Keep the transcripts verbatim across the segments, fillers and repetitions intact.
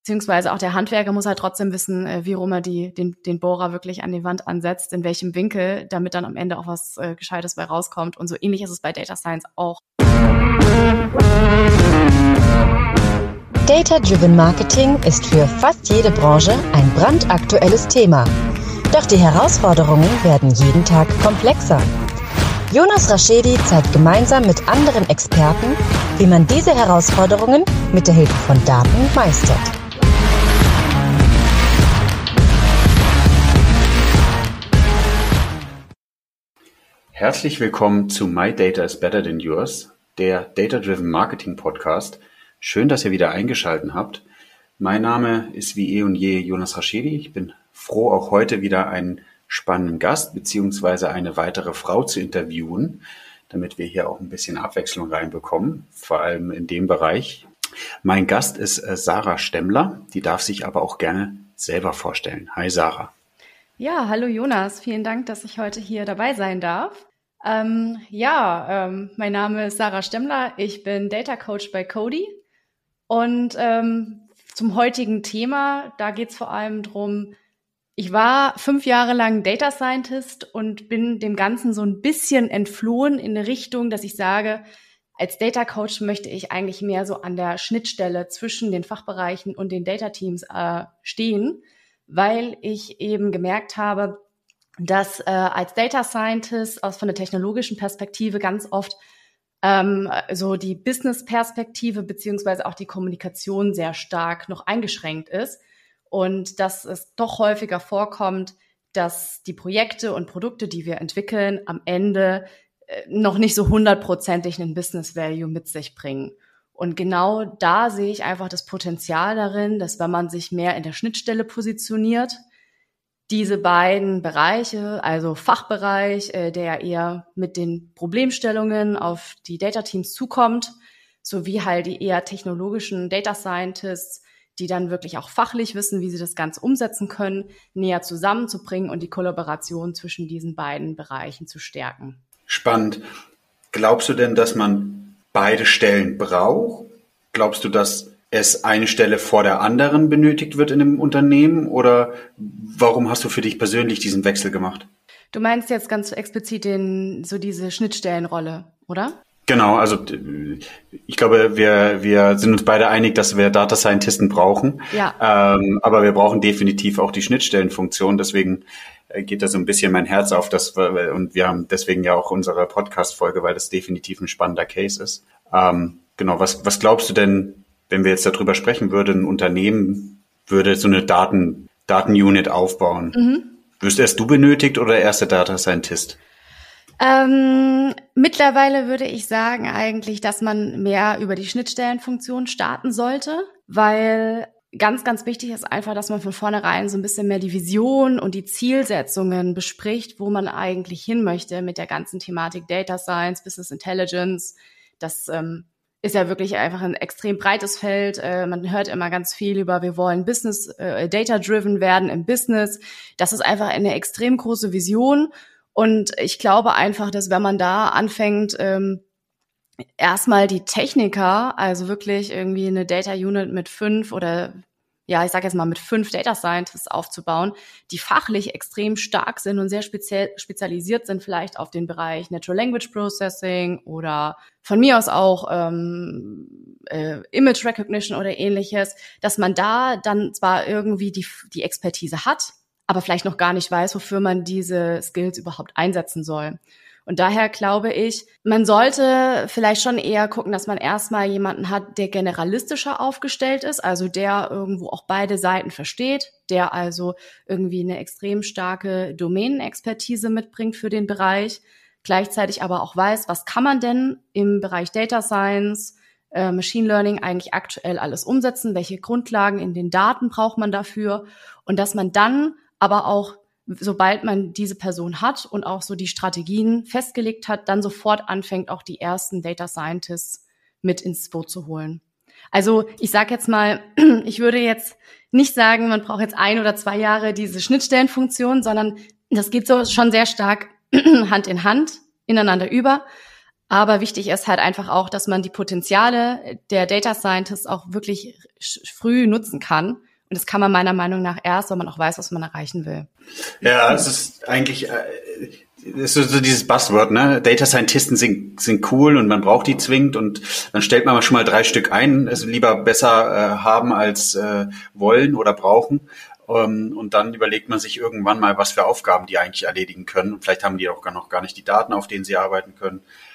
beziehungsweise auch der Handwerker muss halt trotzdem wissen, äh, wie rum er die, den, den Bohrer wirklich an die Wand ansetzt, in welchem Winkel, damit dann am Ende auch was äh, Gescheites bei rauskommt. Und so ähnlich ist es bei Data Science auch. Data-Driven Marketing ist für fast jede Branche ein brandaktuelles Thema. Doch die Herausforderungen werden jeden Tag komplexer. Jonas Raschedi zeigt gemeinsam mit anderen Experten, wie man diese Herausforderungen mit der Hilfe von Daten meistert. Herzlich willkommen zu My Data is Better Than Yours, der Data-Driven Marketing Podcast. Schön, dass ihr wieder eingeschaltet habt. Mein Name ist wie eh und je Jonas Raschedi. Ich bin froh, auch heute wieder einen spannenden Gast bzw. eine weitere Frau zu interviewen, damit wir hier auch ein bisschen Abwechslung reinbekommen, vor allem in dem Bereich. Mein Gast ist äh, Sarah Stemmler, die darf sich aber auch gerne selber vorstellen. Hi Sarah. Ja, hallo Jonas, vielen Dank, dass ich heute hier dabei sein darf. Ähm, ja, ähm, mein Name ist Sarah Stemmler, ich bin Data Coach bei Coady und ähm, zum heutigen Thema, da geht es vor allem drum. Ich war fünf Jahre lang Data Scientist und bin dem Ganzen so ein bisschen entflohen in eine Richtung, dass ich sage, als Data Coach möchte ich eigentlich mehr so an der Schnittstelle zwischen den Fachbereichen und den Data Teams äh, stehen, weil ich eben gemerkt habe, dass äh, als Data Scientist aus von der technologischen Perspektive ganz oft ähm, so die Business-Perspektive beziehungsweise auch die Kommunikation sehr stark noch eingeschränkt ist und dass es doch häufiger vorkommt, dass die Projekte und Produkte, die wir entwickeln, am Ende äh, noch nicht so hundertprozentig einen Business-Value mit sich bringen. Und genau da sehe ich einfach das Potenzial darin, dass wenn man sich mehr in der Schnittstelle positioniert, diese beiden Bereiche, also Fachbereich, äh, der eher mit den Problemstellungen auf die Data-Teams zukommt, sowie halt die eher technologischen Data Scientists, die dann wirklich auch fachlich wissen, wie sie das Ganze umsetzen können, näher zusammenzubringen und die Kollaboration zwischen diesen beiden Bereichen zu stärken. Spannend. Glaubst du denn, dass man beide Stellen braucht? Glaubst du, dass es eine Stelle vor der anderen benötigt wird in einem Unternehmen? Oder warum hast du für dich persönlich diesen Wechsel gemacht? Du meinst jetzt ganz explizit den, so diese Schnittstellenrolle, oder? Genau, also ich glaube, wir wir sind uns beide einig, dass wir Data Scientisten brauchen. Ja. Ähm, aber wir brauchen definitiv auch die Schnittstellenfunktion. Deswegen geht da so ein bisschen mein Herz auf. Das, und wir haben deswegen ja auch unsere Podcast-Folge, weil das definitiv ein spannender Case ist. Ähm, genau, was was glaubst du denn, wenn wir jetzt darüber sprechen würden, ein Unternehmen würde so eine Daten Datenunit aufbauen? Mhm. Wirst erst du benötigt oder erst der Data Scientist? Ähm, mittlerweile würde ich sagen eigentlich, dass man mehr über die Schnittstellenfunktion starten sollte, weil ganz, ganz wichtig ist einfach, dass man von vornherein so ein bisschen mehr die Vision und die Zielsetzungen bespricht, wo man eigentlich hin möchte mit der ganzen Thematik Data Science, Business Intelligence. Das ähm, ist ja wirklich einfach ein extrem breites Feld. Äh, man hört immer ganz viel über, wir wollen Business, äh, Data-driven werden im Business. Das ist einfach eine extrem große Vision. Und ich glaube einfach, dass wenn man da anfängt, ähm, erstmal die Techniker, also wirklich irgendwie eine Data Unit mit fünf oder ja, ich sage jetzt mal mit fünf Data Scientists aufzubauen, die fachlich extrem stark sind und sehr speziell spezialisiert sind, vielleicht auf den Bereich Natural Language Processing oder von mir aus auch ähm, äh, Image Recognition oder ähnliches, dass man da dann zwar irgendwie die die Expertise hat, aber vielleicht noch gar nicht weiß, wofür man diese Skills überhaupt einsetzen soll. Und daher glaube ich, man sollte vielleicht schon eher gucken, dass man erstmal jemanden hat, der generalistischer aufgestellt ist, also der irgendwo auch beide Seiten versteht, der also irgendwie eine extrem starke Domänenexpertise mitbringt für den Bereich, gleichzeitig aber auch weiß, was kann man denn im Bereich Data Science, äh, Machine Learning eigentlich aktuell alles umsetzen, welche Grundlagen in den Daten braucht man dafür und dass man dann aber auch, sobald man diese Person hat und auch so die Strategien festgelegt hat, dann sofort anfängt, auch die ersten Data Scientists mit ins Boot zu holen. Also ich sage jetzt mal, ich würde jetzt nicht sagen, man braucht jetzt ein oder zwei Jahre diese Schnittstellenfunktion, sondern das geht so schon sehr stark Hand in Hand, ineinander über. Aber wichtig ist halt einfach auch, dass man die Potenziale der Data Scientists auch wirklich früh nutzen kann. Und das kann man meiner Meinung nach erst, wenn man auch weiß, was man erreichen will. Ja, es ist eigentlich, es ist so dieses Buzzword, ne? Data Scientisten sind, sind cool und man braucht die zwingend und dann stellt man schon mal drei Stück ein, also lieber besser äh, haben als äh, wollen oder brauchen. Um, und dann überlegt man sich irgendwann mal, was für Aufgaben die eigentlich erledigen können. Und vielleicht haben die auch gar noch gar nicht die Daten, auf denen sie arbeiten können.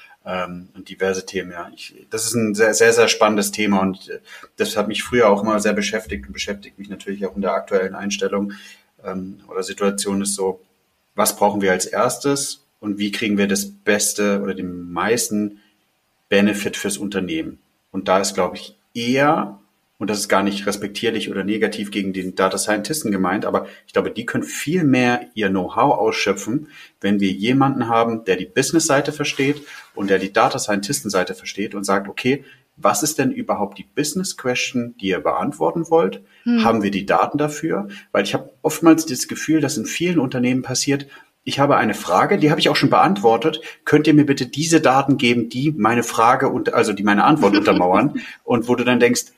Und diverse Themen, ja. Ich, das ist ein sehr, sehr, sehr spannendes Thema und das hat mich früher auch immer sehr beschäftigt und beschäftigt mich natürlich auch in der aktuellen Einstellung ähm, oder Situation ist so, was brauchen wir als erstes und wie kriegen wir das Beste oder den meisten Benefit fürs Unternehmen? Und da ist, glaube ich, eher, und das ist gar nicht respektierlich oder negativ gegen den Data Scientisten gemeint, aber ich glaube, die können viel mehr ihr Know-how ausschöpfen, wenn wir jemanden haben, der die Business-Seite versteht und der die Data Scientisten-Seite versteht und sagt, okay, was ist denn überhaupt die Business-Question, die ihr beantworten wollt? Hm. Haben wir die Daten dafür? Weil ich habe oftmals das Gefühl, dass in vielen Unternehmen passiert, ich habe eine Frage, die habe ich auch schon beantwortet. Könnt ihr mir bitte diese Daten geben, die meine Frage und also die meine Antwort untermauern? Und wo du dann denkst,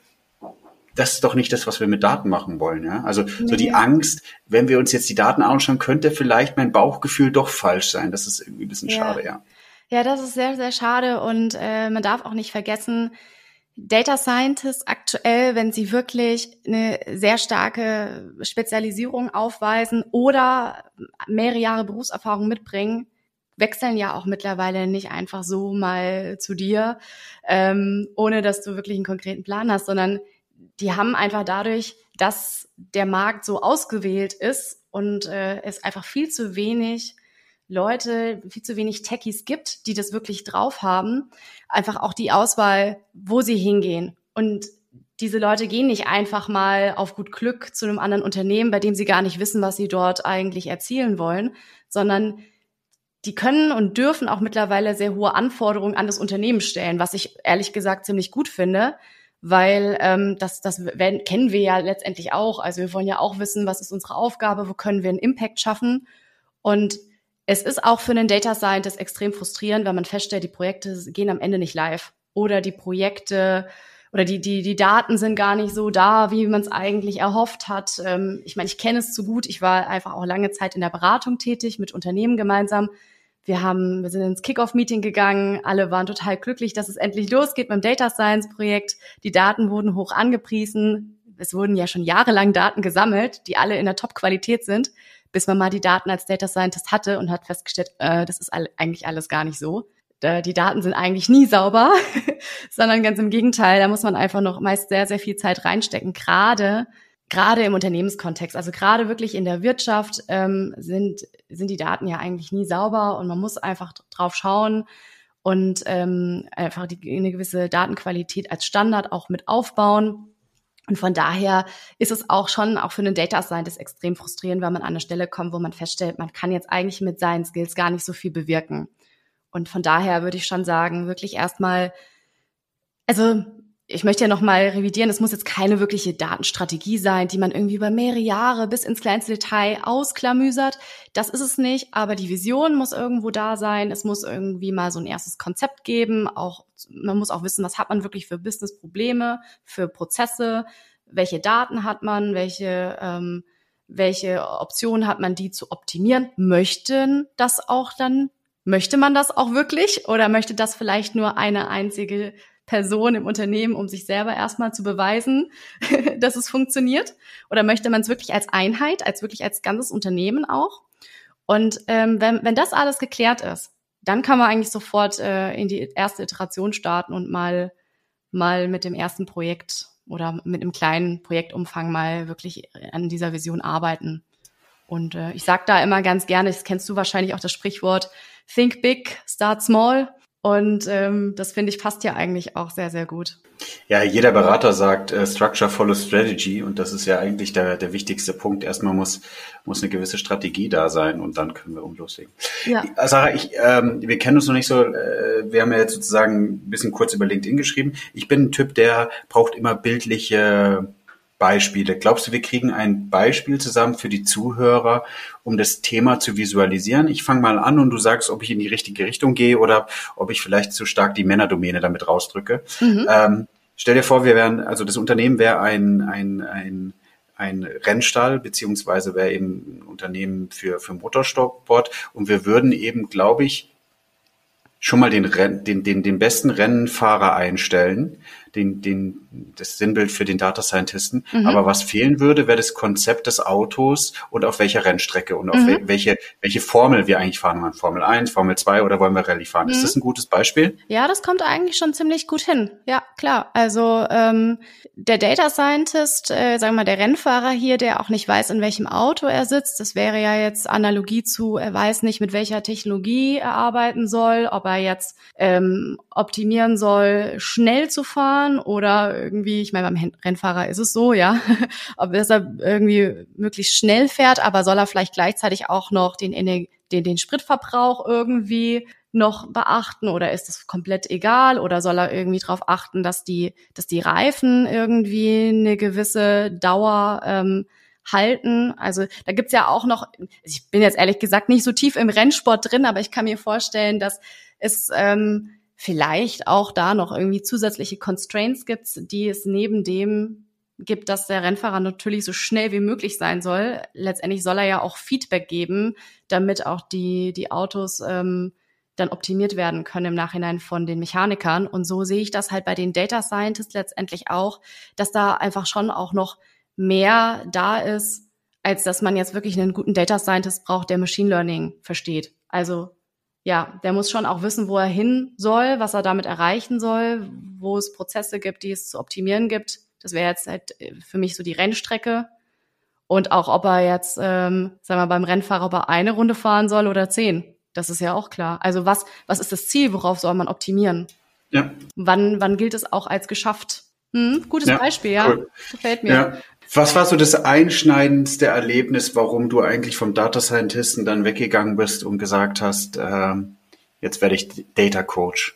das ist doch nicht das, was wir mit Daten machen wollen. Ja? Also nee. So die Angst, wenn wir uns jetzt die Daten anschauen, könnte vielleicht mein Bauchgefühl doch falsch sein. Das ist irgendwie ein bisschen ja. schade, ja. Ja, das ist sehr, sehr schade und äh, man darf auch nicht vergessen, Data Scientists aktuell, wenn sie wirklich eine sehr starke Spezialisierung aufweisen oder mehrere Jahre Berufserfahrung mitbringen, wechseln ja auch mittlerweile nicht einfach so mal zu dir, ähm, ohne dass du wirklich einen konkreten Plan hast, sondern die haben einfach dadurch, dass der Markt so ausgewählt ist und äh, es einfach viel zu wenig Leute, viel zu wenig Techies gibt, die das wirklich drauf haben, einfach auch die Auswahl, wo sie hingehen. Und diese Leute gehen nicht einfach mal auf gut Glück zu einem anderen Unternehmen, bei dem sie gar nicht wissen, was sie dort eigentlich erzielen wollen, sondern die können und dürfen auch mittlerweile sehr hohe Anforderungen an das Unternehmen stellen, was ich ehrlich gesagt ziemlich gut finde, weil ähm, das, das werden, kennen wir ja letztendlich auch. Also wir wollen ja auch wissen, was ist unsere Aufgabe, wo können wir einen Impact schaffen. Und es ist auch für einen Data Scientist extrem frustrierend, wenn man feststellt, die Projekte gehen am Ende nicht live oder die Projekte oder die die die Daten sind gar nicht so da, wie man es eigentlich erhofft hat. Ähm, ich meine, ich kenne es zu gut. Ich war einfach auch lange Zeit in der Beratung tätig, mit Unternehmen gemeinsam. Wir haben, wir sind ins Kick-Off-Meeting gegangen. Alle waren total glücklich, dass es endlich losgeht mit dem Data Science-Projekt. Die Daten wurden hoch angepriesen. Es wurden ja schon jahrelang Daten gesammelt, die alle in der Top-Qualität sind, bis man mal die Daten als Data Scientist hatte und hat festgestellt, äh, das ist all, eigentlich alles gar nicht so. Äh, die Daten sind eigentlich nie sauber, sondern ganz im Gegenteil. Da muss man einfach noch meist sehr, sehr viel Zeit reinstecken, gerade Gerade im Unternehmenskontext, also gerade wirklich in der Wirtschaft ähm, sind sind die Daten ja eigentlich nie sauber und man muss einfach drauf schauen und ähm, einfach die, eine gewisse Datenqualität als Standard auch mit aufbauen. Und von daher ist es auch schon auch für einen Data Scientist extrem frustrierend, wenn man an eine Stelle kommt, wo man feststellt, man kann jetzt eigentlich mit seinen Skills gar nicht so viel bewirken. Und von daher würde ich schon sagen, wirklich erstmal, also ich möchte ja nochmal revidieren, es muss jetzt keine wirkliche Datenstrategie sein, die man irgendwie über mehrere Jahre bis ins kleinste Detail ausklamüsert. Das ist es nicht, aber die Vision muss irgendwo da sein. Es muss irgendwie mal so ein erstes Konzept geben. Auch man muss auch wissen, was hat man wirklich für Business-Probleme, für Prozesse, welche Daten hat man, welche ähm, welche Optionen hat man, die zu optimieren. Möchten das auch dann, möchte man das auch wirklich oder möchte das vielleicht nur eine einzige Person im Unternehmen, um sich selber erstmal zu beweisen, dass es funktioniert? Oder möchte man es wirklich als Einheit, als wirklich als ganzes Unternehmen auch? Und ähm, wenn, wenn das alles geklärt ist, dann kann man eigentlich sofort äh, in die erste Iteration starten und mal, mal mit dem ersten Projekt oder mit einem kleinen Projektumfang mal wirklich an dieser Vision arbeiten. Und äh, ich sage da immer ganz gerne, das kennst du wahrscheinlich auch das Sprichwort, think big, start small. Und ähm, das finde ich passt ja eigentlich auch sehr, sehr gut. Ja, jeder Berater sagt uh, Structure follows Strategy und das ist ja eigentlich der der wichtigste Punkt. Erstmal muss muss eine gewisse Strategie da sein und dann können wir um loslegen. Ja. Sarah, ich, ähm, wir kennen uns noch nicht so, äh, wir haben ja jetzt sozusagen ein bisschen kurz über LinkedIn geschrieben. Ich bin ein Typ, der braucht immer bildliche Beispiele. Glaubst du, wir kriegen ein Beispiel zusammen für die Zuhörer, um das Thema zu visualisieren? Ich fange mal an und du sagst, ob ich in die richtige Richtung gehe oder ob ich vielleicht zu stark die Männerdomäne damit rausdrücke. Mhm. Ähm, stell dir vor, wir wären, also das Unternehmen wäre ein, ein, ein, ein Rennstall, beziehungsweise wäre eben ein Unternehmen für, für Motorsport und wir würden eben, glaube ich, schon mal den, Renn, den, den, den besten Rennfahrer einstellen, den, den, das Sinnbild für den Data Scientisten. Mhm. Aber was fehlen würde, wäre das Konzept des Autos und auf welcher Rennstrecke und auf mhm. welche, welche Formel wir eigentlich fahren wollen. Formel eins, Formel zwei oder wollen wir Rallye fahren? Mhm. Ist das ein gutes Beispiel? Ja, das kommt eigentlich schon ziemlich gut hin. Ja, klar. Also, ähm, der Data Scientist, äh, sagen wir mal, der Rennfahrer hier, der auch nicht weiß, in welchem Auto er sitzt, das wäre ja jetzt Analogie zu, er weiß nicht, mit welcher Technologie er arbeiten soll, ob er jetzt ähm, optimieren soll, schnell zu fahren oder irgendwie, ich meine, beim Rennfahrer ist es so, ja, ob er irgendwie möglichst schnell fährt, aber soll er vielleicht gleichzeitig auch noch den, den, den Spritverbrauch irgendwie noch beachten oder ist es komplett egal oder soll er irgendwie darauf achten, dass die, dass die Reifen irgendwie eine gewisse Dauer ähm, halten. Also da gibt's ja auch noch, ich bin jetzt ehrlich gesagt nicht so tief im Rennsport drin, aber ich kann mir vorstellen, dass es ähm, vielleicht auch da noch irgendwie zusätzliche Constraints gibt, die es neben dem gibt, dass der Rennfahrer natürlich so schnell wie möglich sein soll. Letztendlich soll er ja auch Feedback geben, damit auch die die Autos ähm, dann optimiert werden können im Nachhinein von den Mechanikern. Und so sehe ich das halt bei den Data Scientists letztendlich auch, dass da einfach schon auch noch mehr da ist, als dass man jetzt wirklich einen guten Data Scientist braucht, der Machine Learning versteht. Also ja, der muss schon auch wissen, wo er hin soll, was er damit erreichen soll, wo es Prozesse gibt, die es zu optimieren gibt. Das wäre jetzt halt für mich so die Rennstrecke. Und auch, ob er jetzt, ähm, sagen wir beim Rennfahrer, ob er eine Runde fahren soll oder zehn. Das ist ja auch klar. Also was, was ist das Ziel? Worauf soll man optimieren? Ja. Wann, wann gilt es auch als geschafft? Hm, gutes ja, Beispiel, ja. Cool. Gefällt mir. Ja. Was war so das einschneidendste Erlebnis, warum du eigentlich vom Data Scientisten dann weggegangen bist und gesagt hast, äh, jetzt werde ich Data Coach?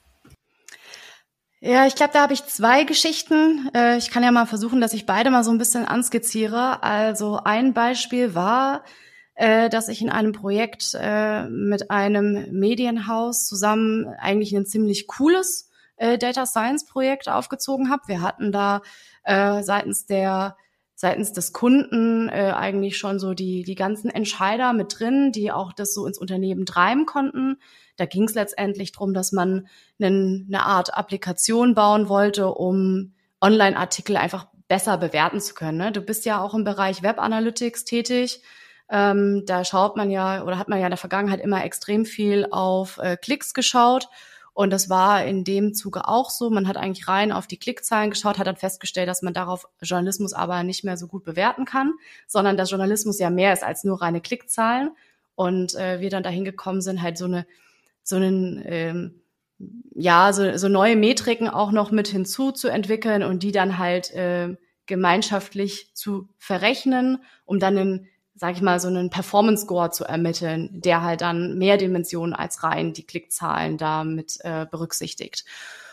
Ja, ich glaube, da habe ich zwei Geschichten. Äh, ich kann ja mal versuchen, dass ich beide mal so ein bisschen anskizziere. Also ein Beispiel war, äh, dass ich in einem Projekt äh, mit einem Medienhaus zusammen eigentlich ein ziemlich cooles äh, Data Science Projekt aufgezogen habe. Wir hatten da äh, seitens der seitens des Kunden äh, eigentlich schon so die die ganzen Entscheider mit drin, die auch das so ins Unternehmen treiben konnten. Da ging es letztendlich darum, dass man einen, eine Art Applikation bauen wollte, um Online-Artikel einfach besser bewerten zu können. Ne? Du bist ja auch im Bereich Web Analytics tätig. Ähm, da schaut man ja oder hat man ja in der Vergangenheit immer extrem viel auf äh, Klicks geschaut. Und das war in dem Zuge auch so. Man hat eigentlich rein auf die Klickzahlen geschaut, hat dann festgestellt, dass man darauf Journalismus aber nicht mehr so gut bewerten kann, sondern dass Journalismus ja mehr ist als nur reine Klickzahlen. Und äh, wir dann dahin gekommen sind, halt so eine, so einen, ähm, ja, so, so neue Metriken auch noch mit hinzuzuentwickeln und die dann halt äh, gemeinschaftlich zu verrechnen, um dann einen, sag ich mal, so einen Performance-Score zu ermitteln, der halt dann mehr Dimensionen als rein die Klickzahlen da mit äh, berücksichtigt.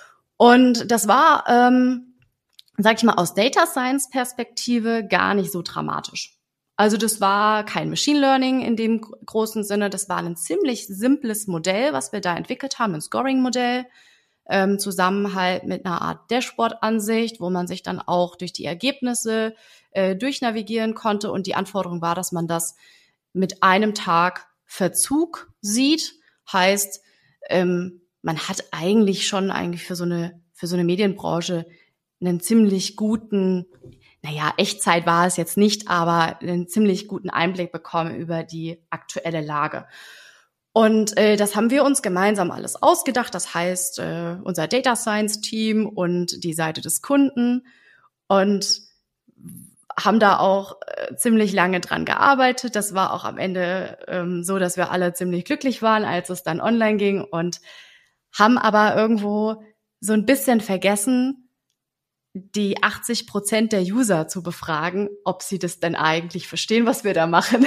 Und das war, ähm, sag ich mal, aus Data Science-Perspektive gar nicht so dramatisch. Also das war kein Machine Learning in dem großen Sinne, das war ein ziemlich simples Modell, was wir da entwickelt haben, ein Scoring-Modell, ähm, zusammen halt mit einer Art Dashboard-Ansicht, wo man sich dann auch durch die Ergebnisse äh, durchnavigieren konnte. Und die Anforderung war, dass man das mit einem Tag Verzug sieht. Heißt, ähm, man hat eigentlich schon eigentlich für so eine für so eine Medienbranche einen ziemlich guten, naja, Echtzeit war es jetzt nicht, aber einen ziemlich guten Einblick bekommen über die aktuelle Lage. Und äh, das haben wir uns gemeinsam alles ausgedacht. Das heißt, äh, unser Data Science Team und die Seite des Kunden und haben da auch äh, ziemlich lange dran gearbeitet. Das war auch am Ende ähm, so, dass wir alle ziemlich glücklich waren, als es dann online ging und haben aber irgendwo so ein bisschen vergessen, die achtzig Prozent der User zu befragen, ob sie das denn eigentlich verstehen, was wir da machen.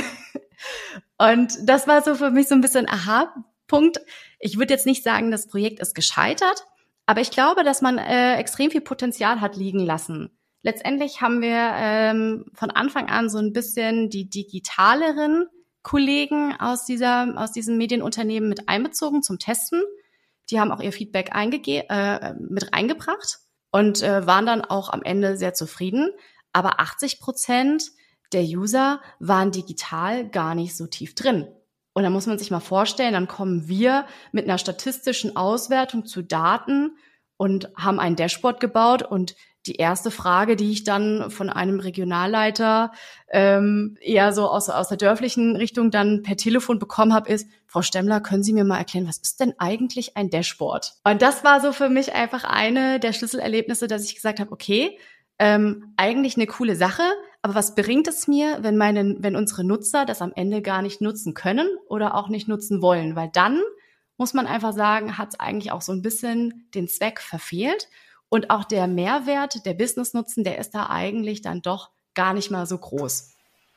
Und das war so für mich so ein bisschen Aha-Punkt. Ich würde jetzt nicht sagen, das Projekt ist gescheitert, aber ich glaube, dass man äh, extrem viel Potenzial hat liegen lassen letztendlich haben wir ähm, von Anfang an so ein bisschen die digitaleren Kollegen aus dieser aus diesem Medienunternehmen mit einbezogen zum Testen. Die haben auch ihr Feedback eingege- äh, mit reingebracht und äh, waren dann auch am Ende sehr zufrieden. Aber achtzig Prozent der User waren digital gar nicht so tief drin. Und da muss man sich mal vorstellen, dann kommen wir mit einer statistischen Auswertung zu Daten und haben ein Dashboard gebaut. Und die erste Frage, die ich dann von einem Regionalleiter ähm, eher so aus, aus der dörflichen Richtung dann per Telefon bekommen habe, ist: Frau Stemmler, können Sie mir mal erklären, was ist denn eigentlich ein Dashboard? Und das war so für mich einfach eine der Schlüsselerlebnisse, dass ich gesagt habe, okay, ähm, eigentlich eine coole Sache, aber was bringt es mir, wenn meine, wenn unsere Nutzer das am Ende gar nicht nutzen können oder auch nicht nutzen wollen? Weil dann, muss man einfach sagen, hat es eigentlich auch so ein bisschen den Zweck verfehlt. Und auch der Mehrwert, der Business-Nutzen, der ist da eigentlich dann doch gar nicht mal so groß.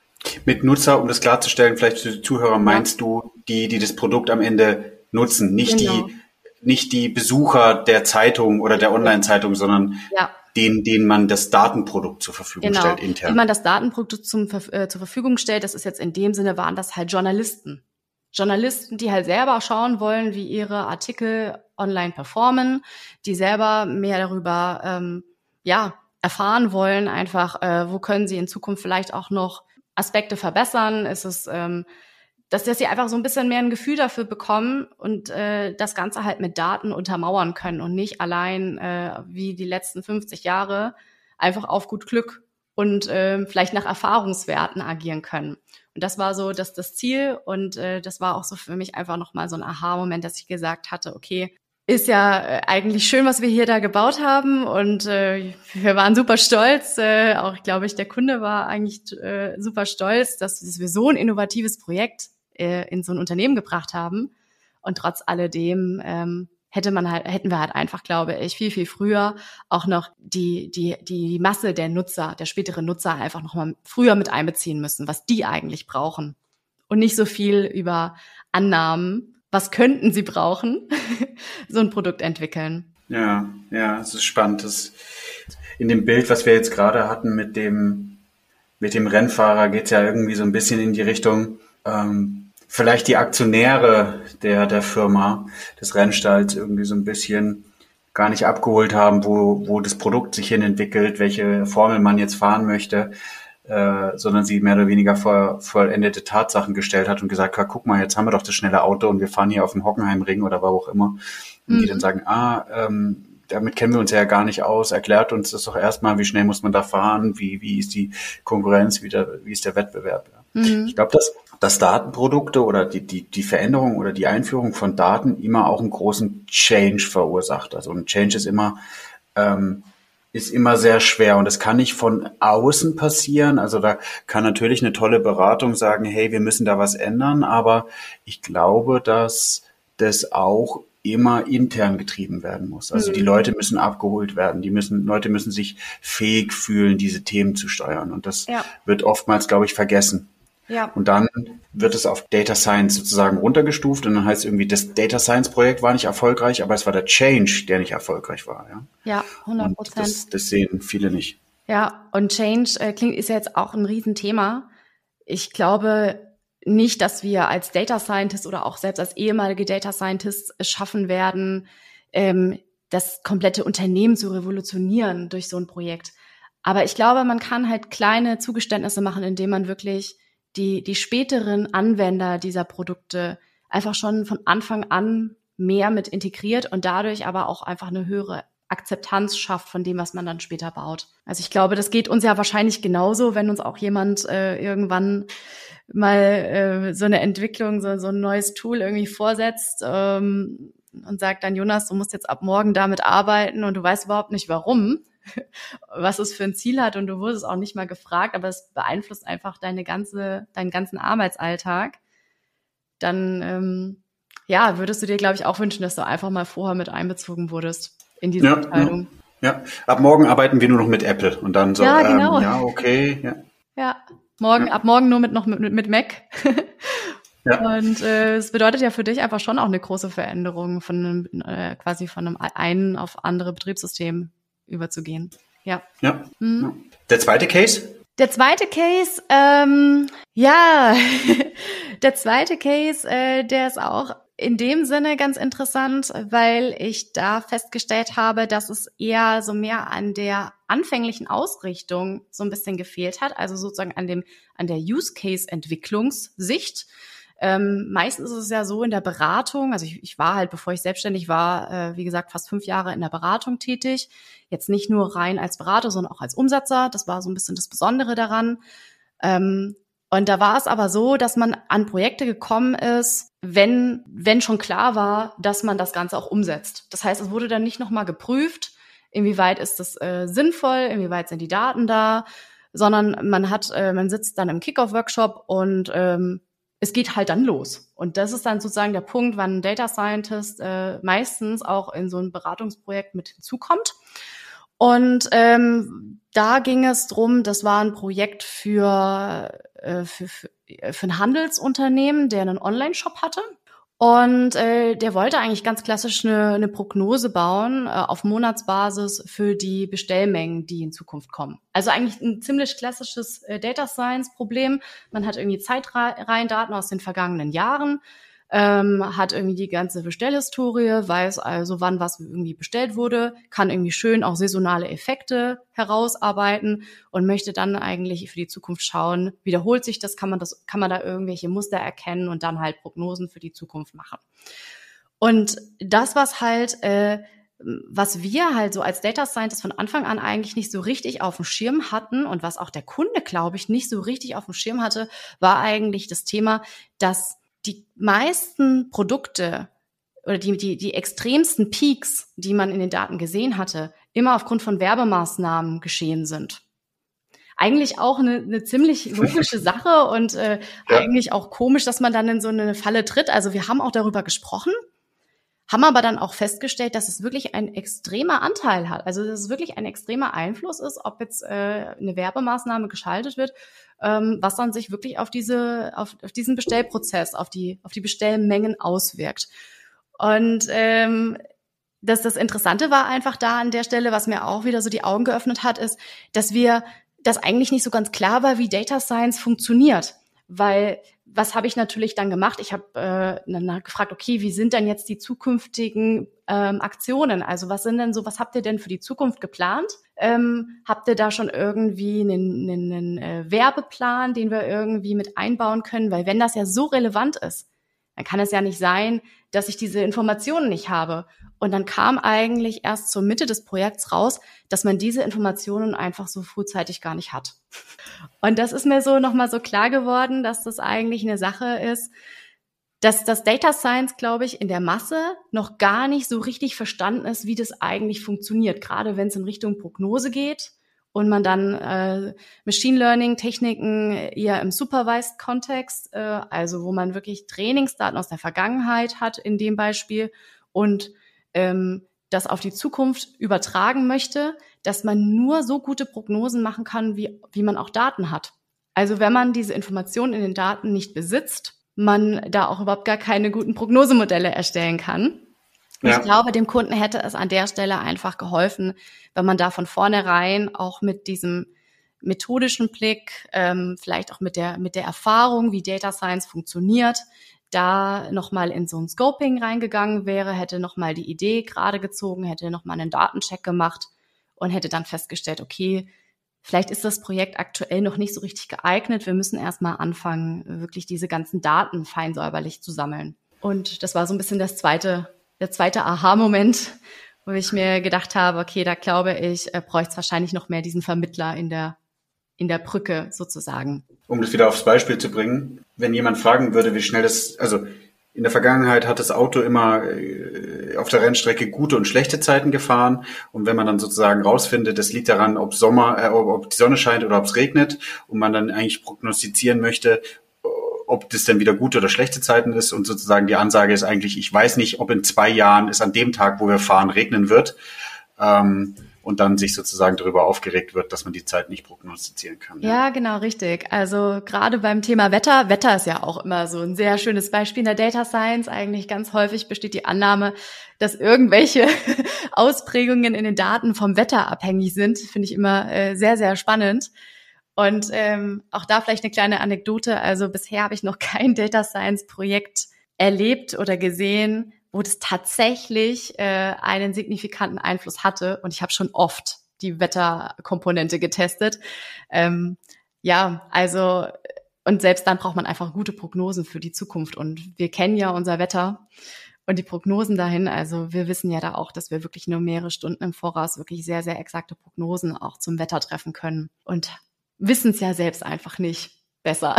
Mit Nutzer, um das klarzustellen, vielleicht für die Zuhörer, meinst ja. du die, die das Produkt am Ende nutzen, nicht genau. die, nicht die Besucher der Zeitung oder der Online-Zeitung, sondern ja. den, denen man das Datenprodukt zur Verfügung genau. stellt intern. Wenn man das Datenprodukt zum, äh, zur Verfügung stellt, das ist jetzt in dem Sinne, waren das halt Journalisten. Journalisten, die halt selber schauen wollen, wie ihre Artikel online performen, die selber mehr darüber ähm, ja erfahren wollen, einfach, äh, wo können sie in Zukunft vielleicht auch noch Aspekte verbessern. Ist es, ähm, dass, dass sie einfach so ein bisschen mehr ein Gefühl dafür bekommen und äh, das Ganze halt mit Daten untermauern können und nicht allein äh, wie die letzten fünfzig Jahre einfach auf gut Glück und äh, vielleicht nach Erfahrungswerten agieren können. Und das war so das, das Ziel und äh, das war auch so für mich einfach nochmal so ein Aha-Moment, dass ich gesagt hatte, okay, ist ja äh, eigentlich schön, was wir hier da gebaut haben und äh, wir waren super stolz. Äh, auch, glaube ich, der Kunde war eigentlich äh, super stolz, dass, dass wir so ein innovatives Projekt äh, in so ein Unternehmen gebracht haben. Und trotz alledem ähm, hätte man halt, hätten wir halt einfach, glaube ich, viel, viel früher auch noch die, die, die Masse der Nutzer, der späteren Nutzer einfach noch mal früher mit einbeziehen müssen, was die eigentlich brauchen. Und nicht so viel über Annahmen, was könnten sie brauchen, so ein Produkt entwickeln. Ja, ja, es ist spannend. Das in dem Bild, was wir jetzt gerade hatten mit dem, mit dem Rennfahrer, geht's ja irgendwie so ein bisschen in die Richtung, ähm, vielleicht die Aktionäre der, der Firma, des Rennstalls irgendwie so ein bisschen gar nicht abgeholt haben, wo, wo das Produkt sich hin entwickelt, welche Formel man jetzt fahren möchte, äh, sondern sie mehr oder weniger vor vollendete Tatsachen gestellt hat und gesagt hat, guck mal, jetzt haben wir doch das schnelle Auto und wir fahren hier auf dem Hockenheimring oder wo auch immer. Und mhm. die dann sagen, ah, ähm, damit kennen wir uns ja gar nicht aus, erklärt uns das doch erstmal, wie schnell muss man da fahren, wie, wie ist die Konkurrenz, wie, der, wie ist der Wettbewerb. Ja. Mhm. Ich glaube, dass, dass Datenprodukte oder die, die, die Veränderung oder die Einführung von Daten immer auch einen großen Change verursacht. Also ein Change ist immer, ähm, ist immer sehr schwer und das kann nicht von außen passieren. Also da kann natürlich eine tolle Beratung sagen, hey, wir müssen da was ändern, aber ich glaube, dass das auch immer intern getrieben werden muss. Also mhm. die Leute müssen abgeholt werden, die müssen, Leute müssen sich fähig fühlen, diese Themen zu steuern und das ja. wird oftmals, glaube ich, vergessen. Ja. Und dann wird es auf Data Science sozusagen runtergestuft und dann heißt es irgendwie, das Data Science Projekt war nicht erfolgreich, aber es war der Change, der nicht erfolgreich war. Ja, ja hundert Prozent. Das, das sehen viele nicht. Ja, und Change äh, klingt ist ja jetzt auch ein Riesenthema. Ich glaube nicht, dass wir als Data Scientist oder auch selbst als ehemalige Data Scientists es schaffen werden, ähm, das komplette Unternehmen zu revolutionieren durch so ein Projekt. Aber ich glaube, man kann halt kleine Zugeständnisse machen, indem man wirklich die die späteren Anwender dieser Produkte einfach schon von Anfang an mehr mit integriert und dadurch aber auch einfach eine höhere Akzeptanz schafft von dem, was man dann später baut. Also ich glaube, das geht uns ja wahrscheinlich genauso, wenn uns auch jemand äh, irgendwann mal äh, so eine Entwicklung, so, so ein neues Tool irgendwie vorsetzt ähm, und sagt dann, Jonas, du musst jetzt ab morgen damit arbeiten und du weißt überhaupt nicht, warum, was es für ein Ziel hat und du wurdest auch nicht mal gefragt, aber es beeinflusst einfach deine ganze, deinen ganzen Arbeitsalltag, dann ähm, ja, würdest du dir, glaube ich, auch wünschen, dass du einfach mal vorher mit einbezogen wurdest in diese ja, Entscheidung. Ja. ja, ab morgen arbeiten wir nur noch mit Apple und dann so, ja, genau. ähm, ja, okay. Ja, ja. morgen, ja. ab morgen nur mit noch mit, mit Mac. Ja. Und äh, es bedeutet ja für dich einfach schon auch eine große Veränderung von einem, äh, quasi von einem einen auf andere Betriebssystem überzugehen. ja. Ja. Mhm. ja. Der zweite Case? Der zweite Case, ähm, ja, der zweite Case, äh, der ist auch in dem Sinne ganz interessant, weil ich da festgestellt habe, dass es eher so mehr an der anfänglichen Ausrichtung so ein bisschen gefehlt hat, also sozusagen an dem an der Use-Case-Entwicklungssicht. Ähm, meistens ist es ja so in der Beratung, also ich, ich war halt, bevor ich selbstständig war, äh, wie gesagt, fast fünf Jahre in der Beratung tätig. Jetzt nicht nur rein als Berater, sondern auch als Umsetzer. Das war so ein bisschen das Besondere daran. Ähm, und da war es aber so, dass man an Projekte gekommen ist, wenn, wenn schon klar war, dass man das Ganze auch umsetzt. Das heißt, es wurde dann nicht nochmal geprüft, inwieweit ist das äh, sinnvoll, inwieweit sind die Daten da, sondern man hat, äh, man sitzt dann im Kick-Off-Workshop und ähm, es geht halt dann los. Und das ist dann sozusagen der Punkt, wann ein Data Scientist äh, meistens auch in so ein Beratungsprojekt mit hinzukommt. Und ähm, da ging es drum, das war ein Projekt für, äh, für, für, für ein Handelsunternehmen, der einen Online-Shop hatte. Und äh, der wollte eigentlich ganz klassisch eine, eine Prognose bauen äh, auf Monatsbasis für die Bestellmengen, die in Zukunft kommen. Also eigentlich ein ziemlich klassisches äh, Data Science Problem. Man hat irgendwie Zeitreihendaten aus den vergangenen Jahren, ähm, hat irgendwie die ganze Bestellhistorie, weiß also, wann was irgendwie bestellt wurde, kann irgendwie schön auch saisonale Effekte herausarbeiten und möchte dann eigentlich für die Zukunft schauen, wiederholt sich das, kann man das, kann man da irgendwelche Muster erkennen und dann halt Prognosen für die Zukunft machen. Und das, was halt, äh, was wir halt so als Data Scientist von Anfang an eigentlich nicht so richtig auf dem Schirm hatten und was auch der Kunde, glaube ich, nicht so richtig auf dem Schirm hatte, war eigentlich das Thema, dass die meisten Produkte oder die, die, die extremsten Peaks, die man in den Daten gesehen hatte, immer aufgrund von Werbemaßnahmen geschehen sind. Eigentlich auch eine, eine ziemlich logische Sache und äh, ja. eigentlich auch komisch, dass man dann in so eine Falle tritt. Also wir haben auch darüber gesprochen, haben aber dann auch festgestellt, dass es wirklich ein extremer Anteil hat. Also dass es wirklich ein extremer Einfluss ist, ob jetzt äh, eine Werbemaßnahme geschaltet wird, ähm, was dann sich wirklich auf diese, auf, auf diesen Bestellprozess, auf die, auf die Bestellmengen auswirkt. Und ähm, das, das Interessante war einfach da an der Stelle, was mir auch wieder so die Augen geöffnet hat, ist, dass wir, dass eigentlich nicht so ganz klar war, wie Data Science funktioniert. Weil was habe ich natürlich dann gemacht? Ich habe äh, dann gefragt, okay, wie sind denn jetzt die zukünftigen ähm, Aktionen? Also was sind denn so, was habt ihr denn für die Zukunft geplant? Ähm, habt ihr da schon irgendwie einen, einen, einen äh, Werbeplan, den wir irgendwie mit einbauen können? Weil wenn das ja so relevant ist, dann kann es ja nicht sein, dass ich diese Informationen nicht habe. Und dann kam eigentlich erst zur Mitte des Projekts raus, dass man diese Informationen einfach so frühzeitig gar nicht hat. Und das ist mir so nochmal so klar geworden, dass das eigentlich eine Sache ist, dass das Data Science, glaube ich, in der Masse noch gar nicht so richtig verstanden ist, wie das eigentlich funktioniert. Gerade wenn es in Richtung Prognose geht und man dann äh, Machine Learning Techniken eher im Supervised Kontext, äh, also wo man wirklich Trainingsdaten aus der Vergangenheit hat in dem Beispiel und ähm, das auf die Zukunft übertragen möchte, dass man nur so gute Prognosen machen kann, wie, wie man auch Daten hat. Also wenn man diese Informationen in den Daten nicht besitzt, man da auch überhaupt gar keine guten Prognosemodelle erstellen kann. Ja. Ich glaube, dem Kunden hätte es an der Stelle einfach geholfen, wenn man da von vornherein auch mit diesem methodischen Blick, ähm, vielleicht auch mit der, mit der Erfahrung, wie Data Science funktioniert, da nochmal in so ein Scoping reingegangen wäre, hätte nochmal die Idee gerade gezogen, hätte nochmal einen Datencheck gemacht und hätte dann festgestellt, okay, vielleicht ist das Projekt aktuell noch nicht so richtig geeignet. Wir müssen erstmal anfangen, wirklich diese ganzen Daten fein säuberlich zu sammeln. Und das war so ein bisschen das zweite, der zweite Aha-Moment, wo ich mir gedacht habe, okay, da glaube ich, äh, bräuchte es wahrscheinlich noch mehr diesen Vermittler in der, in der Brücke sozusagen. Um das wieder aufs Beispiel zu bringen, wenn jemand fragen würde, wie schnell das, also in der Vergangenheit hat das Auto immer äh, auf der Rennstrecke gute und schlechte Zeiten gefahren. Und wenn man dann sozusagen rausfindet, das liegt daran, ob Sommer, äh, ob die Sonne scheint oder ob es regnet und man dann eigentlich prognostizieren möchte, ob das dann wieder gute oder schlechte Zeiten ist und sozusagen die Ansage ist eigentlich, ich weiß nicht, ob in zwei Jahren es an dem Tag, wo wir fahren, regnen wird, ähm, und dann sich sozusagen darüber aufgeregt wird, dass man die Zeit nicht prognostizieren kann. Ja, ja genau, richtig. Also gerade beim Thema Wetter, Wetter ist ja auch immer so ein sehr schönes Beispiel in der Data Science. Eigentlich ganz häufig besteht die Annahme, dass irgendwelche Ausprägungen in den Daten vom Wetter abhängig sind. Finde ich immer äh, sehr, sehr spannend. Und ähm, auch da vielleicht eine kleine Anekdote. Also bisher habe ich noch kein Data Science Projekt erlebt oder gesehen, wo das tatsächlich äh, einen signifikanten Einfluss hatte. Und ich habe schon oft die Wetterkomponente getestet. Ähm, ja, also und selbst dann braucht man einfach gute Prognosen für die Zukunft. Und wir kennen ja unser Wetter und die Prognosen dahin. Also wir wissen ja da auch, dass wir wirklich nur mehrere Stunden im Voraus wirklich sehr, sehr exakte Prognosen auch zum Wetter treffen können. Und wissen es ja selbst einfach nicht besser.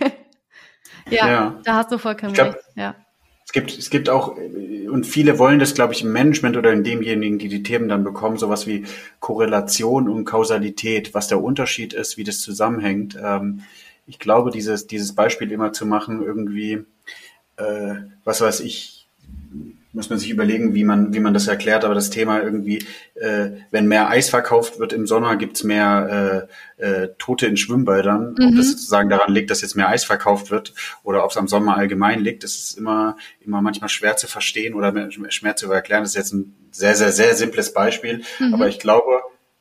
ja, ja, da hast du vollkommen glaub, recht. Ja. Es gibt, es gibt auch, und viele wollen das, glaube ich, im Management oder in demjenigen, die die Themen dann bekommen, sowas wie Korrelation und Kausalität, was der Unterschied ist, wie das zusammenhängt. Ähm, ich glaube, dieses, dieses Beispiel immer zu machen, irgendwie, äh, was weiß ich, muss man sich überlegen, wie man, wie man das erklärt, aber das Thema irgendwie, äh, wenn mehr Eis verkauft wird im Sommer, gibt's mehr äh, äh, Tote in Schwimmbädern. Mhm. Ob das sozusagen daran liegt, dass jetzt mehr Eis verkauft wird oder ob es am Sommer allgemein liegt, das ist immer, immer manchmal schwer zu verstehen oder schwer zu erklären. Das ist jetzt ein sehr, sehr, sehr simples Beispiel, mhm. aber ich glaube,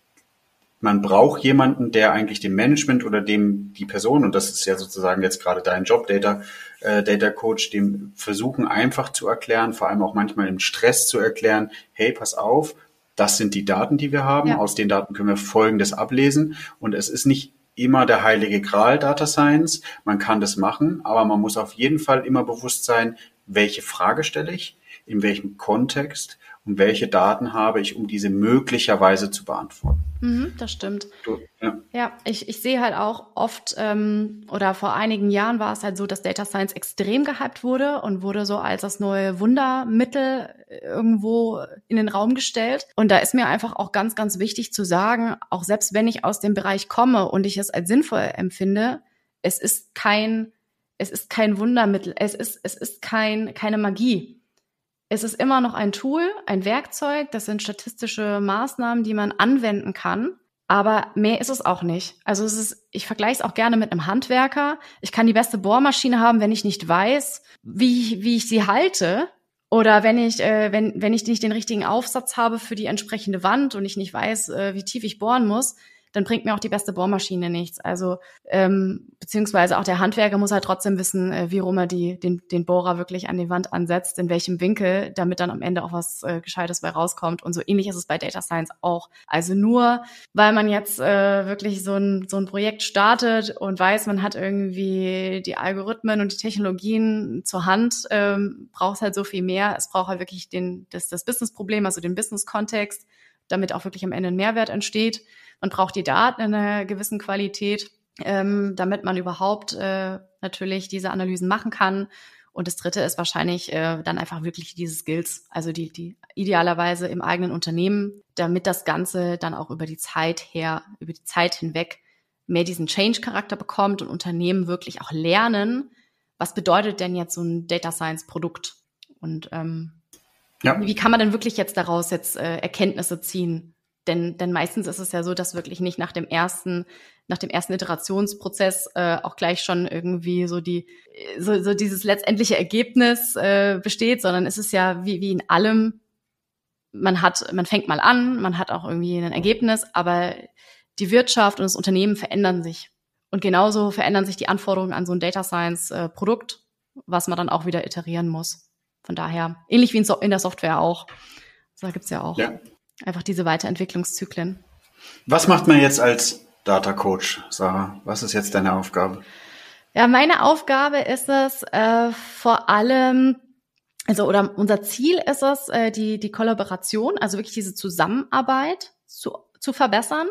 man braucht jemanden, der eigentlich dem Management oder dem die Person, und das ist ja sozusagen jetzt gerade dein Job, Data, äh, Data Coach, dem versuchen einfach zu erklären, vor allem auch manchmal im Stress zu erklären, hey, pass auf, das sind die Daten, die wir haben, ja. Aus den Daten können wir Folgendes ablesen und es ist nicht immer der heilige Gral Data Science, man kann das machen, aber man muss auf jeden Fall immer bewusst sein, welche Frage stelle ich, in welchem Kontext und welche Daten habe ich, um diese möglicherweise zu beantworten. Mhm, das stimmt. Du, ja, ja ich, ich sehe halt auch oft, ähm, oder vor einigen Jahren war es halt so, dass Data Science extrem gehypt wurde und wurde so als das neue Wundermittel irgendwo in den Raum gestellt. Und da ist mir einfach auch ganz, ganz wichtig zu sagen, auch selbst wenn ich aus dem Bereich komme und ich es als sinnvoll empfinde, es ist kein, es ist kein Wundermittel, es ist, es ist kein, keine Magie. Es ist immer noch ein Tool, ein Werkzeug, das sind statistische Maßnahmen, die man anwenden kann, aber mehr ist es auch nicht. Also es ist, ich vergleiche es auch gerne mit einem Handwerker. Ich kann die beste Bohrmaschine haben, wenn ich nicht weiß, wie, wie ich sie halte, oder wenn ich, äh, wenn, wenn ich nicht den richtigen Aufsatz habe für die entsprechende Wand und ich nicht weiß, äh, wie tief ich bohren muss, dann bringt mir auch die beste Bohrmaschine nichts. Also ähm, beziehungsweise auch der Handwerker muss halt trotzdem wissen, äh, wie rum er die, den, den Bohrer wirklich an die Wand ansetzt, in welchem Winkel, damit dann am Ende auch was äh, Gescheites bei rauskommt. Und so ähnlich ist es bei Data Science auch. Also nur, weil man jetzt äh, wirklich so ein, so ein Projekt startet und weiß, man hat irgendwie die Algorithmen und die Technologien zur Hand, ähm, braucht es halt so viel mehr. Es braucht halt wirklich den, das, das Business-Problem, also den Business-Kontext, damit auch wirklich am Ende ein Mehrwert entsteht. Man braucht die Daten in einer gewissen Qualität, ähm, damit man überhaupt äh, natürlich diese Analysen machen kann. Und das Dritte ist wahrscheinlich äh, dann einfach wirklich diese Skills, also die, die idealerweise im eigenen Unternehmen, damit das Ganze dann auch über die Zeit her, über die Zeit hinweg mehr diesen Change-Charakter bekommt und Unternehmen wirklich auch lernen, was bedeutet denn jetzt so ein Data Science-Produkt und ähm, ja. wie kann man denn wirklich jetzt daraus jetzt äh, Erkenntnisse ziehen? Denn, denn meistens ist es ja so, dass wirklich nicht nach dem ersten, nach dem ersten Iterationsprozess äh, auch gleich schon irgendwie so die, so, so dieses letztendliche Ergebnis äh, besteht, sondern es ist ja wie, wie in allem, man hat, man fängt mal an, man hat auch irgendwie ein Ergebnis, aber die Wirtschaft und das Unternehmen verändern sich. Und genauso verändern sich die Anforderungen an so ein Data Science äh, Produkt, was man dann auch wieder iterieren muss. Von daher, ähnlich wie in, so- in der Software auch. Da gibt's ja auch. Ja. Einfach diese Weiterentwicklungszyklen. Was macht man jetzt als Data Coach, Sarah? Was ist jetzt deine Aufgabe? Ja, meine Aufgabe ist es äh, vor allem, also oder unser Ziel ist es, äh, die die Kollaboration, also wirklich diese Zusammenarbeit zu zu verbessern,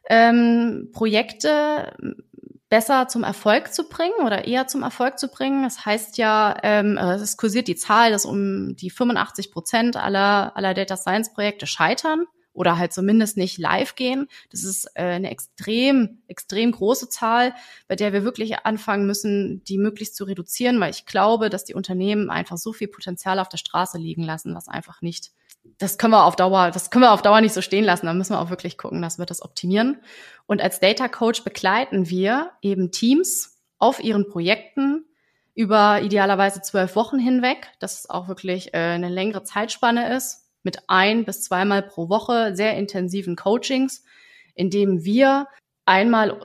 ähm, Projekte besser zum Erfolg zu bringen oder eher zum Erfolg zu bringen. Das heißt ja, ähm, es kursiert die Zahl, dass um die fünfundachtzig Prozent aller aller Data Science Projekte scheitern oder halt zumindest nicht live gehen. Das ist äh, eine extrem, extrem große Zahl, bei der wir wirklich anfangen müssen, die möglichst zu reduzieren, weil ich glaube, dass die Unternehmen einfach so viel Potenzial auf der Straße liegen lassen, was einfach nicht, das können wir auf Dauer, das können wir auf Dauer nicht so stehen lassen. Da müssen wir auch wirklich gucken, dass wir das optimieren. Und als Data Coach begleiten wir eben Teams auf ihren Projekten über idealerweise zwölf Wochen hinweg, dass es auch wirklich äh, eine längere Zeitspanne ist, mit ein bis zweimal pro Woche sehr intensiven Coachings, in dem wir einmal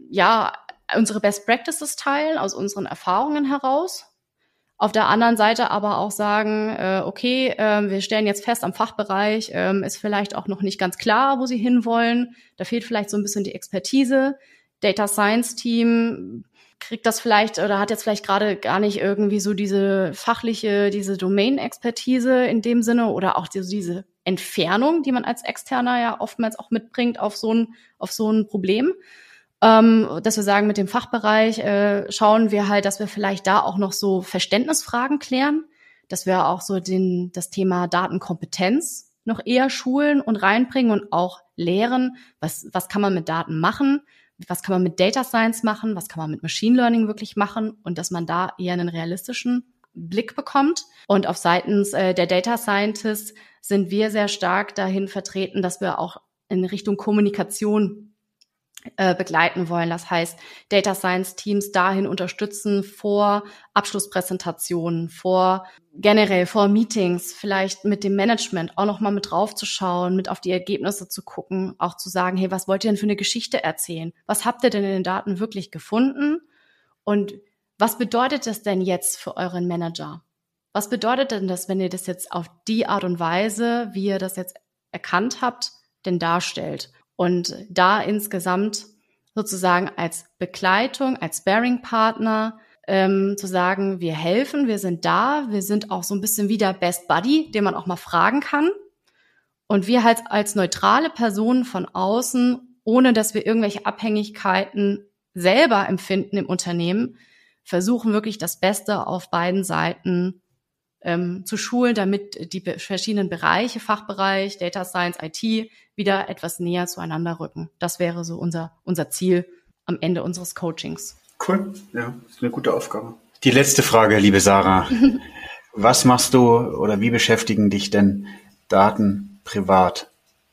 ja unsere Best Practices teilen aus unseren Erfahrungen heraus. Auf der anderen Seite aber auch sagen, äh, okay, äh, wir stellen jetzt fest, am Fachbereich äh, ist vielleicht auch noch nicht ganz klar, wo sie hinwollen. Da fehlt vielleicht so ein bisschen die Expertise. Data Science Team kriegt das vielleicht oder hat jetzt vielleicht gerade gar nicht irgendwie so diese fachliche, diese Domain-Expertise in dem Sinne oder auch diese, diese Entfernung, die man als Externer ja oftmals auch mitbringt auf so ein, auf so ein Problem. Ähm, dass wir sagen, mit dem Fachbereich äh, schauen wir halt, dass wir vielleicht da auch noch so Verständnisfragen klären, dass wir auch so den, das Thema Datenkompetenz noch eher schulen und reinbringen und auch lehren, was, was kann man mit Daten machen, was kann man mit Data Science machen, was kann man mit Machine Learning wirklich machen und dass man da eher einen realistischen Blick bekommt. Und auf seitens äh, der Data Scientists sind wir sehr stark dahin vertreten, dass wir auch in Richtung Kommunikation äh, begleiten wollen. Das heißt, Data Science Teams dahin unterstützen vor Abschlusspräsentationen, vor generell vor Meetings, vielleicht mit dem Management auch nochmal mit draufzuschauen, mit auf die Ergebnisse zu gucken, auch zu sagen, hey, was wollt ihr denn für eine Geschichte erzählen? Was habt ihr denn in den Daten wirklich gefunden? Und was bedeutet das denn jetzt für euren Manager? Was bedeutet denn das, wenn ihr das jetzt auf die Art und Weise, wie ihr das jetzt erkannt habt, denn darstellt? Und da insgesamt sozusagen als Begleitung, als Sparring-Partner ähm, zu sagen, wir helfen, wir sind da, wir sind auch so ein bisschen wie der Best Buddy, den man auch mal fragen kann. Und wir halt als neutrale Personen von außen, ohne dass wir irgendwelche Abhängigkeiten selber empfinden im Unternehmen, versuchen wirklich das Beste auf beiden Seiten ähm, zu schulen, damit die be- verschiedenen Bereiche, Fachbereich, Data Science, I T, wieder etwas näher zueinander rücken. Das wäre so unser, unser Ziel am Ende unseres Coachings. Cool, ja, das ist eine gute Aufgabe. Die letzte Frage, liebe Sarah. Was machst du oder wie beschäftigen dich denn Daten privat?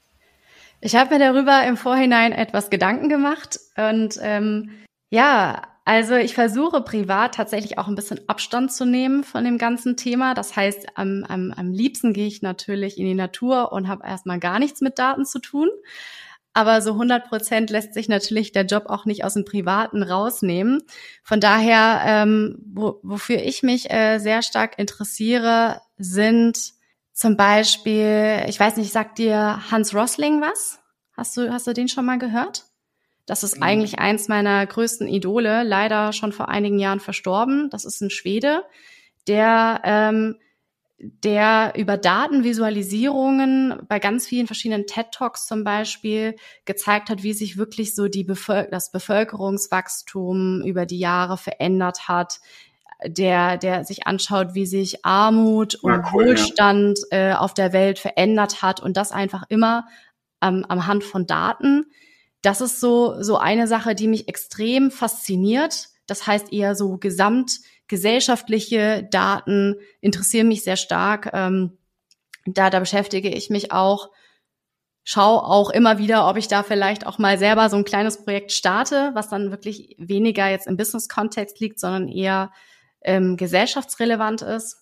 Ich habe mir darüber im Vorhinein etwas Gedanken gemacht und ähm, ja, also ich versuche privat tatsächlich auch ein bisschen Abstand zu nehmen von dem ganzen Thema. Das heißt, am, am, am liebsten gehe ich natürlich in die Natur und habe erstmal gar nichts mit Daten zu tun. Aber so hundert Prozent lässt sich natürlich der Job auch nicht aus dem Privaten rausnehmen. Von daher, ähm, wo, wofür ich mich äh, sehr stark interessiere, sind zum Beispiel, ich weiß nicht, sagt dir Hans Rosling was? Hast du, hast du den schon mal gehört? Das ist eigentlich eins meiner größten Idole, leider schon vor einigen Jahren verstorben. Das ist ein Schwede, der ähm, der über Datenvisualisierungen bei ganz vielen verschiedenen TED-Talks zum Beispiel gezeigt hat, wie sich wirklich so die Bevölker- das Bevölkerungswachstum über die Jahre verändert hat, der der sich anschaut, wie sich Armut und ja, cool, Wohlstand ja. äh, auf der Welt verändert hat und das einfach immer ähm, am Hand von Daten. Das ist so so eine Sache, die mich extrem fasziniert. Das heißt eher so gesamtgesellschaftliche Daten interessieren mich sehr stark. Ähm, da, da beschäftige ich mich auch, schaue auch immer wieder, ob ich da vielleicht auch mal selber so ein kleines Projekt starte, was dann wirklich weniger jetzt im Business-Kontext liegt, sondern eher ähm, gesellschaftsrelevant ist.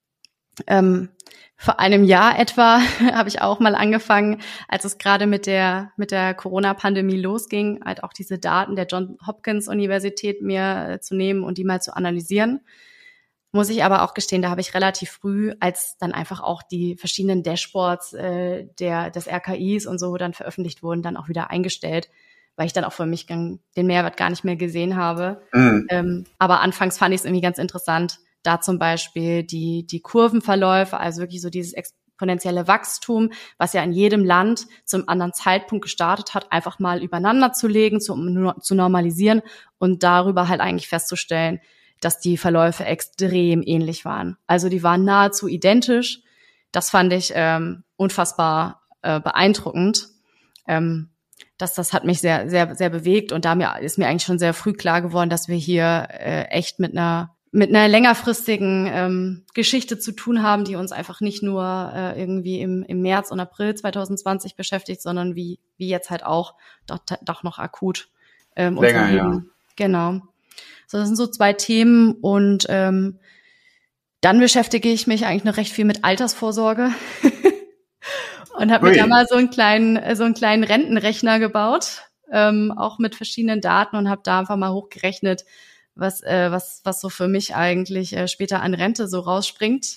Ähm, vor einem Jahr etwa habe ich auch mal angefangen, als es gerade mit der mit der Corona-Pandemie losging, halt auch diese Daten der Johns Hopkins Universität mir äh, zu nehmen und die mal zu analysieren. Muss ich aber auch gestehen, da habe ich relativ früh, als dann einfach auch die verschiedenen Dashboards äh, der des R K Is und so dann veröffentlicht wurden, dann auch wieder eingestellt, weil ich dann auch für mich den Mehrwert gar nicht mehr gesehen habe. Mhm. Ähm, aber anfangs fand ich es irgendwie ganz interessant, da zum Beispiel die die Kurvenverläufe, also wirklich so dieses exponentielle Wachstum, was ja in jedem Land zum anderen Zeitpunkt gestartet hat, einfach mal übereinander zu legen, zu, zu normalisieren und darüber halt eigentlich festzustellen, dass die Verläufe extrem ähnlich waren. Also die waren nahezu identisch. Das fand ich ähm, unfassbar äh, beeindruckend. Ähm, das, das hat mich sehr, sehr, sehr bewegt und da mir, ist mir eigentlich schon sehr früh klar geworden, dass wir hier äh, echt mit einer mit einer längerfristigen ähm, Geschichte zu tun haben, die uns einfach nicht nur äh, irgendwie im, im März und April zwanzig zwanzig beschäftigt, sondern wie wie jetzt halt auch doch, doch noch akut ähm, länger, unser Leben. Ja. Genau. So, das sind so zwei Themen und ähm, dann beschäftige ich mich eigentlich noch recht viel mit Altersvorsorge und habe mir da mal so einen kleinen so einen kleinen Rentenrechner gebaut, ähm, auch mit verschiedenen Daten und habe da einfach mal hochgerechnet, was äh, was was so für mich eigentlich äh, später an Rente so rausspringt.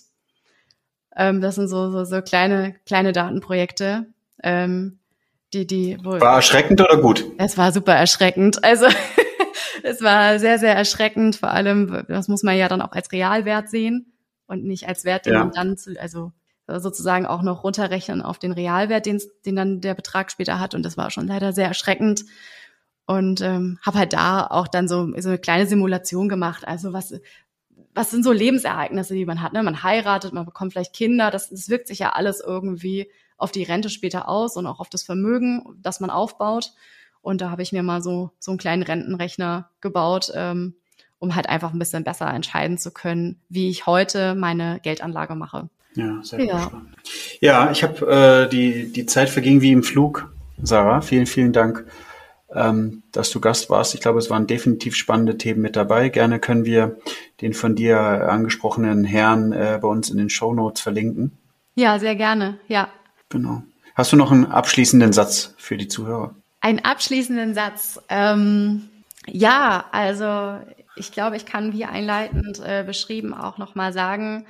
Ähm, das sind so so so kleine kleine Datenprojekte, ähm, die die wo, war erschreckend oder gut? Es war super erschreckend. Also es war sehr sehr erschreckend. Vor allem, das muss man ja dann auch als Realwert sehen und nicht als Wert, den ja. man dann zu, also sozusagen auch noch runterrechnen auf den Realwert, den den dann der Betrag später hat. Und das war schon leider sehr erschreckend. Und ähm, habe halt da auch dann so, so eine kleine Simulation gemacht. Also was was sind so Lebensereignisse, die man hat? Ne? Man heiratet, man bekommt vielleicht Kinder. Das, das wirkt sich ja alles irgendwie auf die Rente später aus und auch auf das Vermögen, das man aufbaut. Und da habe ich mir mal so so einen kleinen Rentenrechner gebaut, ähm, um halt einfach ein bisschen besser entscheiden zu können, wie ich heute meine Geldanlage mache. Ja, sehr ja. spannend. Ja, ich habe äh, die die Zeit verging wie im Flug, Sarah. Vielen, vielen Dank, dass du Gast warst. Ich glaube, es waren definitiv spannende Themen mit dabei. Gerne können wir den von dir angesprochenen Herrn äh, bei uns in den Shownotes verlinken. Ja, sehr gerne, ja. Genau. Hast du noch einen abschließenden Satz für die Zuhörer? Einen abschließenden Satz? Ähm, ja, also ich glaube, ich kann wie einleitend äh, beschrieben auch nochmal sagen,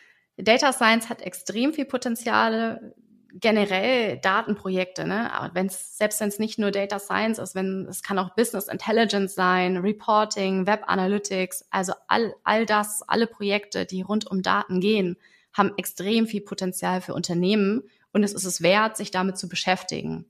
Data Science hat extrem viel Potenziale, generell Datenprojekte, ne? Aber wenn's, selbst wenn es nicht nur Data Science ist, wenn es kann auch Business Intelligence sein, Reporting, Web Analytics, also all all das, alle Projekte, die rund um Daten gehen, haben extrem viel Potenzial für Unternehmen und es ist es wert, sich damit zu beschäftigen.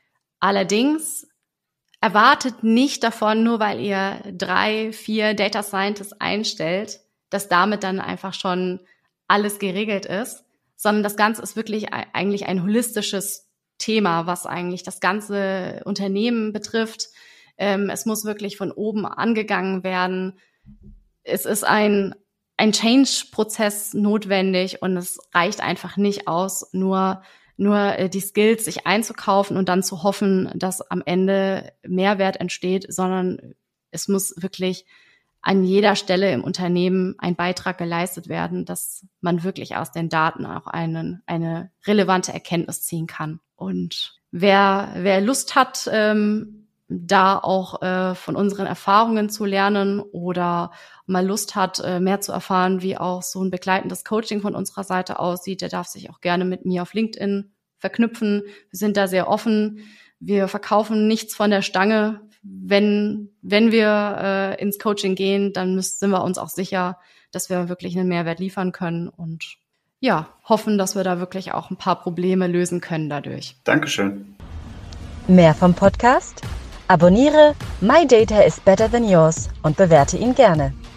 Allerdings erwartet nicht davon, nur weil ihr drei, vier Data Scientists einstellt, dass damit dann einfach schon alles geregelt ist, sondern das Ganze ist wirklich eigentlich ein holistisches Thema, was eigentlich das ganze Unternehmen betrifft. Ähm, es muss wirklich von oben angegangen werden. Es ist ein, ein Change-Prozess notwendig und es reicht einfach nicht aus, nur, nur die Skills sich einzukaufen und dann zu hoffen, dass am Ende Mehrwert entsteht, sondern es muss wirklich an jeder Stelle im Unternehmen ein Beitrag geleistet werden, dass man wirklich aus den Daten auch einen, eine relevante Erkenntnis ziehen kann. Und wer, wer Lust hat, ähm, da auch äh, von unseren Erfahrungen zu lernen oder mal Lust hat, äh, mehr zu erfahren, wie auch so ein begleitendes Coaching von unserer Seite aussieht, der darf sich auch gerne mit mir auf LinkedIn verknüpfen. Wir sind da sehr offen. Wir verkaufen nichts von der Stange. Wenn wenn wir äh, ins Coaching gehen, dann müssen, sind wir uns auch sicher, dass wir wirklich einen Mehrwert liefern können und ja, hoffen, dass wir da wirklich auch ein paar Probleme lösen können dadurch. Dankeschön. Mehr vom Podcast? Abonniere My Data is Better Than Yours und bewerte ihn gerne.